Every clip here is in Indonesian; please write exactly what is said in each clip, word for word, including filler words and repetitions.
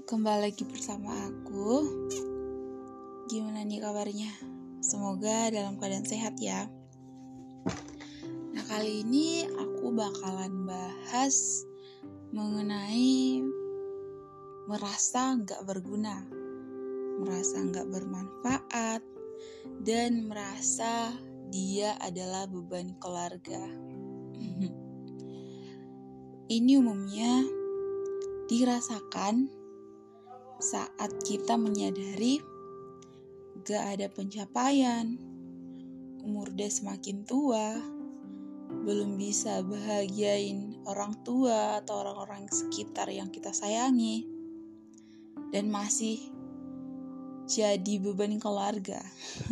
Kembali lagi bersama aku. Gimana nih kabarnya? Semoga dalam keadaan sehat ya. Nah, kali ini aku bakalan bahas mengenai merasa gak berguna, merasa gak bermanfaat, dan merasa dia adalah beban keluarga. Ini umumnya dirasakan saat kita menyadari gak ada pencapaian, umur udah semakin tua, belum bisa bahagiain orang tua atau orang-orang sekitar yang kita sayangi, dan masih jadi beban keluarga.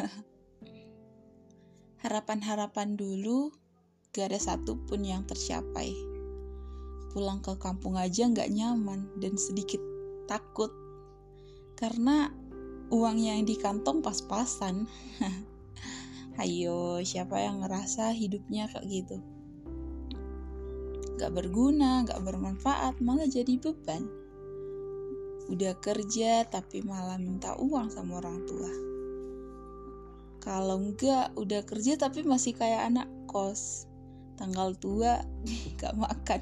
Harapan-harapan dulu gak ada satupun yang tercapai. Pulang ke kampung aja gak nyaman dan sedikit takut karena uang yang di kantong pas-pasan. Ayo, siapa yang ngerasa hidupnya kayak gitu? Gak berguna, gak bermanfaat, malah jadi beban. Udah kerja tapi malah minta uang sama orang tua. Kalau enggak, udah kerja tapi masih kayak anak kos. Tanggal tua, gak makan.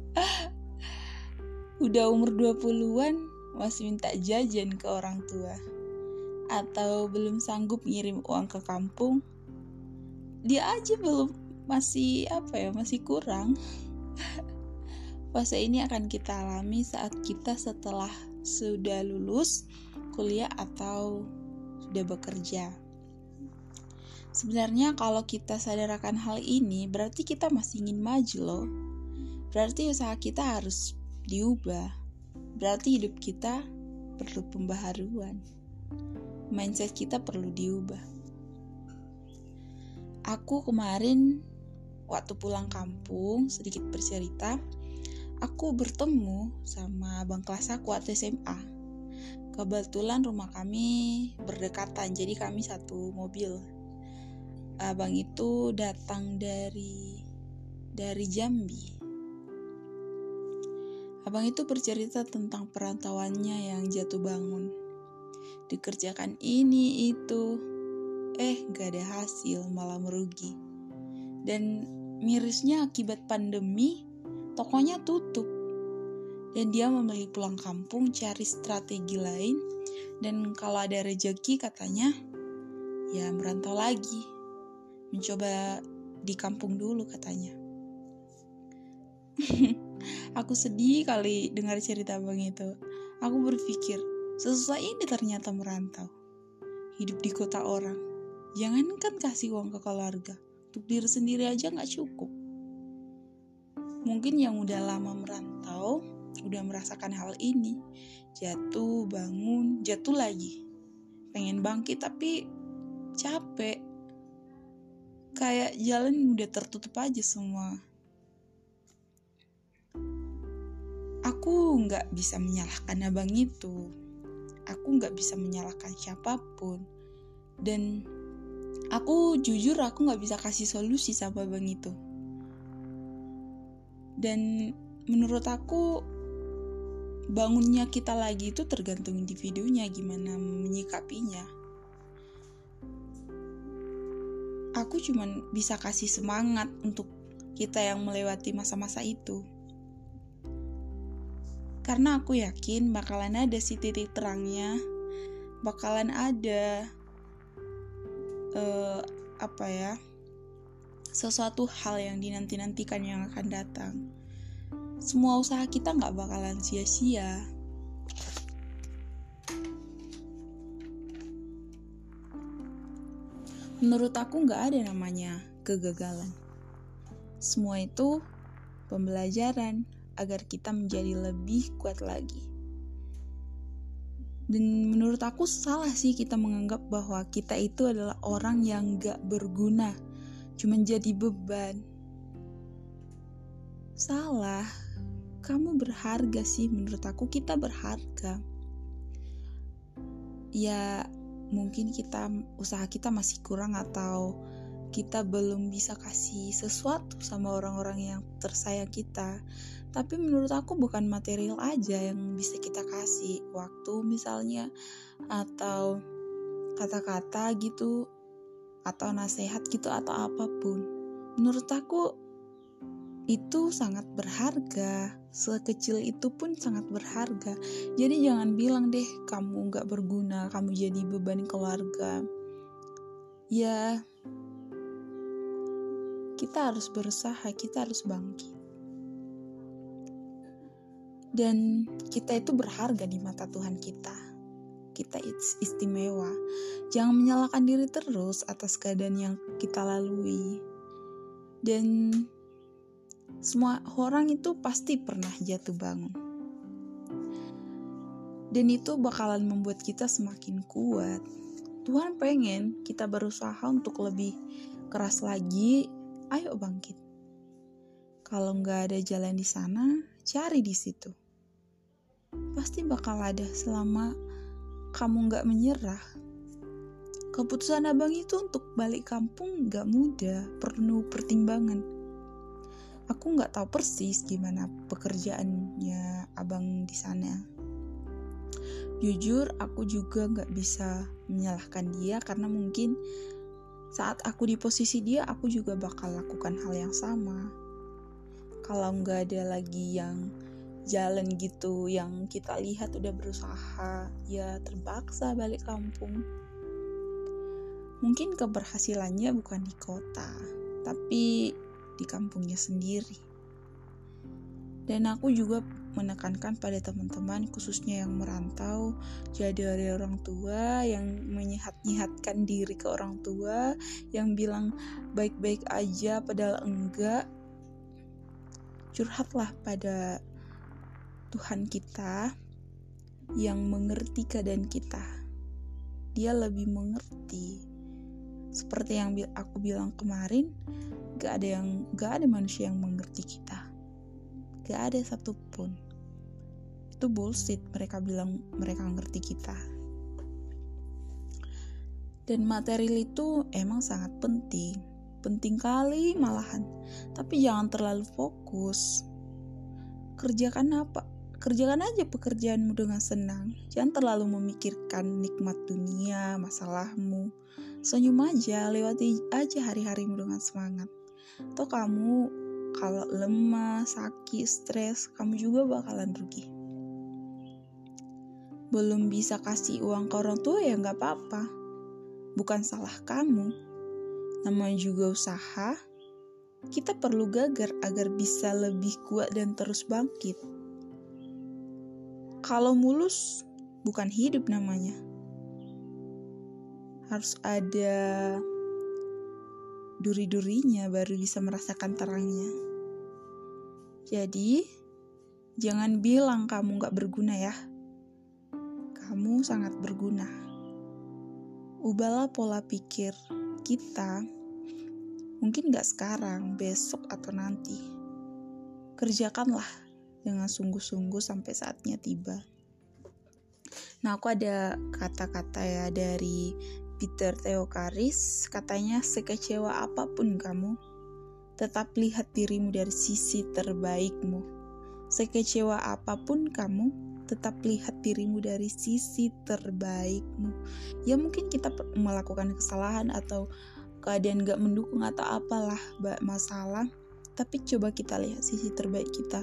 Udah umur dua puluhan, masih minta jajan ke orang tua. Atau belum sanggup ngirim uang ke kampung, dia aja belum, masih apa ya, masih kurang. Fase ini akan kita alami saat kita setelah sudah lulus kuliah atau sudah bekerja. Sebenarnya kalau kita sadar akan hal ini, berarti kita masih ingin maju loh. Berarti usaha kita harus diubah. Berarti hidup kita perlu pembaharuan. Mindset kita perlu diubah. Aku kemarin waktu pulang kampung, sedikit bercerita, aku bertemu sama abang kelas aku waktu S M A. Kebetulan rumah kami berdekatan, jadi kami satu mobil. Abang itu datang dari dari Jambi. Abang itu bercerita tentang perantauannya yang jatuh bangun. Dikerjakan ini, itu, eh gak ada hasil, malah merugi. Dan mirisnya akibat pandemi, tokonya tutup. Dan dia memilih pulang kampung, cari strategi lain. Dan kalau ada rezeki katanya, ya merantau lagi. Mencoba di kampung dulu katanya. Aku sedih kali dengar cerita abang itu. Aku berpikir, sesusah ini ternyata merantau. Hidup di kota orang. Jangankan kasih uang ke keluarga, untuk diri sendiri aja gak cukup. Mungkin yang udah lama merantau, udah merasakan hal ini. Jatuh, bangun, jatuh lagi. Pengen bangkit tapi capek. Kayak jalan udah tertutup aja semua. Aku gak bisa menyalahkan abang itu. Aku gak bisa menyalahkan siapapun. Dan aku jujur aku gak bisa kasih solusi sama abang itu. Dan menurut aku, bangunnya kita lagi itu tergantung individunya, gimana menyikapinya. Aku cuman bisa kasih semangat untuk kita yang melewati masa-masa itu. Karena aku yakin bakalan ada si titik terangnya, bakalan ada uh, apa ya, sesuatu hal yang dinanti-nantikan yang akan datang. Semua usaha kita nggak bakalan sia-sia. Menurut aku nggak ada namanya kegagalan. Semua itu pembelajaran agar kita menjadi lebih kuat lagi. Dan menurut aku salah sih kita menganggap bahwa kita itu adalah orang yang gak berguna, cuma jadi beban. Salah, kamu berharga sih, menurut aku kita berharga. Ya mungkin kita, usaha kita masih kurang atau kita belum bisa kasih sesuatu sama orang-orang yang tersayang kita. Tapi menurut aku bukan material aja yang bisa kita kasih, waktu misalnya, atau kata-kata gitu, atau nasihat gitu, atau apapun. Menurut aku itu sangat berharga, sekecil itu pun sangat berharga. Jadi jangan bilang deh kamu gak berguna, kamu jadi beban keluarga. Ya, kita harus berusaha, kita harus bangkit. Dan kita itu berharga di mata Tuhan kita. Kita istimewa. Jangan menyalahkan diri terus atas keadaan yang kita lalui. Dan semua orang itu pasti pernah jatuh bangun. Dan itu bakalan membuat kita semakin kuat. Tuhan pengen kita berusaha untuk lebih keras lagi. Ayo bangkit. Kalau nggak ada jalan di sana, cari di situ. Pasti bakal ada selama kamu nggak menyerah. Keputusan abang itu untuk balik kampung nggak mudah, perlu pertimbangan. Aku nggak tahu persis gimana pekerjaannya abang di sana. Jujur, aku juga nggak bisa menyalahkan dia karena mungkin saat aku di posisi dia, aku juga bakal lakukan hal yang sama. Kalau nggak ada lagi yang jalan gitu, yang kita lihat udah berusaha, ya terpaksa balik kampung. Mungkin keberhasilannya bukan di kota, tapi di kampungnya sendiri. Dan aku juga menekankan pada teman-teman khususnya yang merantau, jadi dari orang tua yang menyehat-nyehatkan diri ke orang tua, yang bilang baik-baik aja padahal enggak. Curhatlah pada Tuhan kita yang mengerti keadaan kita. Dia lebih mengerti. Seperti yang aku bilang kemarin, gak ada yang gak ada manusia yang mengerti kita. Gak ada satupun. Itu bullshit mereka bilang mereka ngerti kita. Dan material itu emang sangat penting. Penting kali malahan. Tapi jangan terlalu fokus. Kerjakan apa? Kerjakan aja pekerjaanmu dengan senang. Jangan terlalu memikirkan nikmat dunia, masalahmu. Senyum aja, lewati aja hari-harimu dengan semangat. Atau kamu kalau lemah, sakit, stres, kamu juga bakalan rugi. Belum bisa kasih uang ke orang tua ya gak apa-apa. Bukan salah kamu. Namanya juga usaha. Kita perlu gagar agar bisa lebih kuat dan terus bangkit. Kalau mulus, bukan hidup namanya. Harus ada duri-durinya baru bisa merasakan terangnya. Jadi, jangan bilang kamu gak berguna ya. Kamu sangat berguna. Ubahlah pola pikir kita. Mungkin gak sekarang, besok atau nanti. Kerjakanlah dengan sungguh-sungguh sampai saatnya tiba. Nah, aku ada kata-kata ya dari Peter Theokaris. Katanya, sekecewa apapun kamu, tetap lihat dirimu dari sisi terbaikmu. Sekecewa apapun kamu, tetap lihat dirimu dari sisi terbaikmu. Ya mungkin kita melakukan kesalahan atau keadaan gak mendukung atau apalah masalah, tapi coba kita lihat sisi terbaik kita.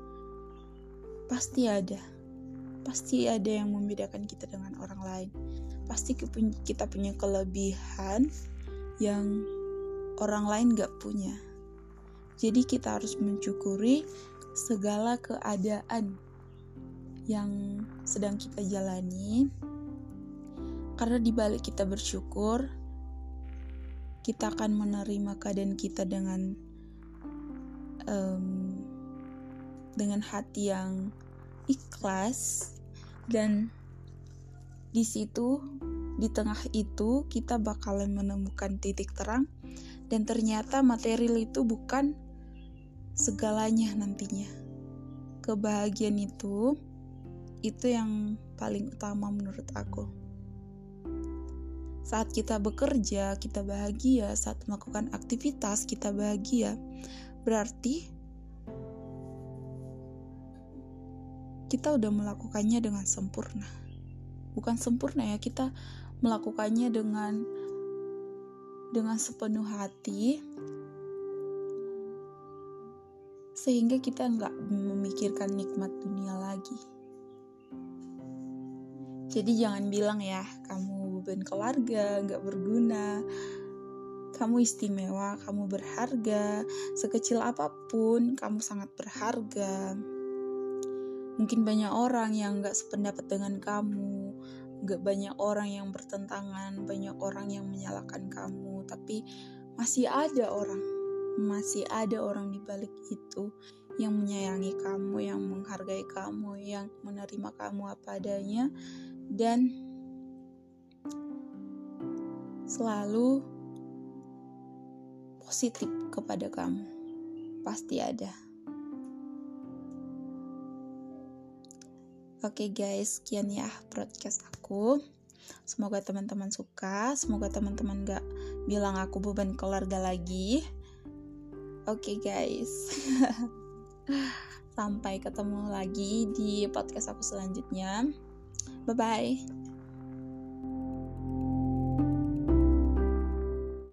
Pasti ada. Pasti ada yang membedakan kita dengan orang lain. Pasti kita punya kelebihan yang orang lain gak punya. Jadi kita harus mensyukuri segala keadaan yang sedang kita jalani. Karena di balik kita bersyukur, kita akan menerima keadaan kita dengan um, dengan hati yang ikhlas, dan di situ, di tengah itu kita bakalan menemukan titik terang, dan ternyata material itu bukan segalanya nantinya. Kebahagiaan itu itu yang paling utama menurut aku. Saat kita bekerja, kita bahagia. Saat melakukan aktivitas, kita bahagia. Berarti kita udah melakukannya dengan sempurna. Bukan sempurna ya, kita melakukannya dengan dengan sepenuh hati, sehingga kita nggak memikirkan nikmat dunia lagi. Jadi jangan bilang ya, kamu beban keluarga, nggak berguna, kamu istimewa, kamu berharga, sekecil apapun, kamu sangat berharga. Mungkin banyak orang yang nggak sependapat dengan kamu, nggak banyak orang yang bertentangan, banyak orang yang menyalahkan kamu, tapi masih ada orang, masih ada orang di balik itu yang menyayangi kamu, yang menghargai kamu, yang menerima kamu apa adanya, dan selalu positif kepada kamu. Pasti ada. Oke guys, sekian ya podcast aku. Semoga teman-teman suka, semoga teman-teman gak bilang aku beban keluarga lagi. Oke guys, sampai ketemu lagi di podcast aku selanjutnya. Bye-bye.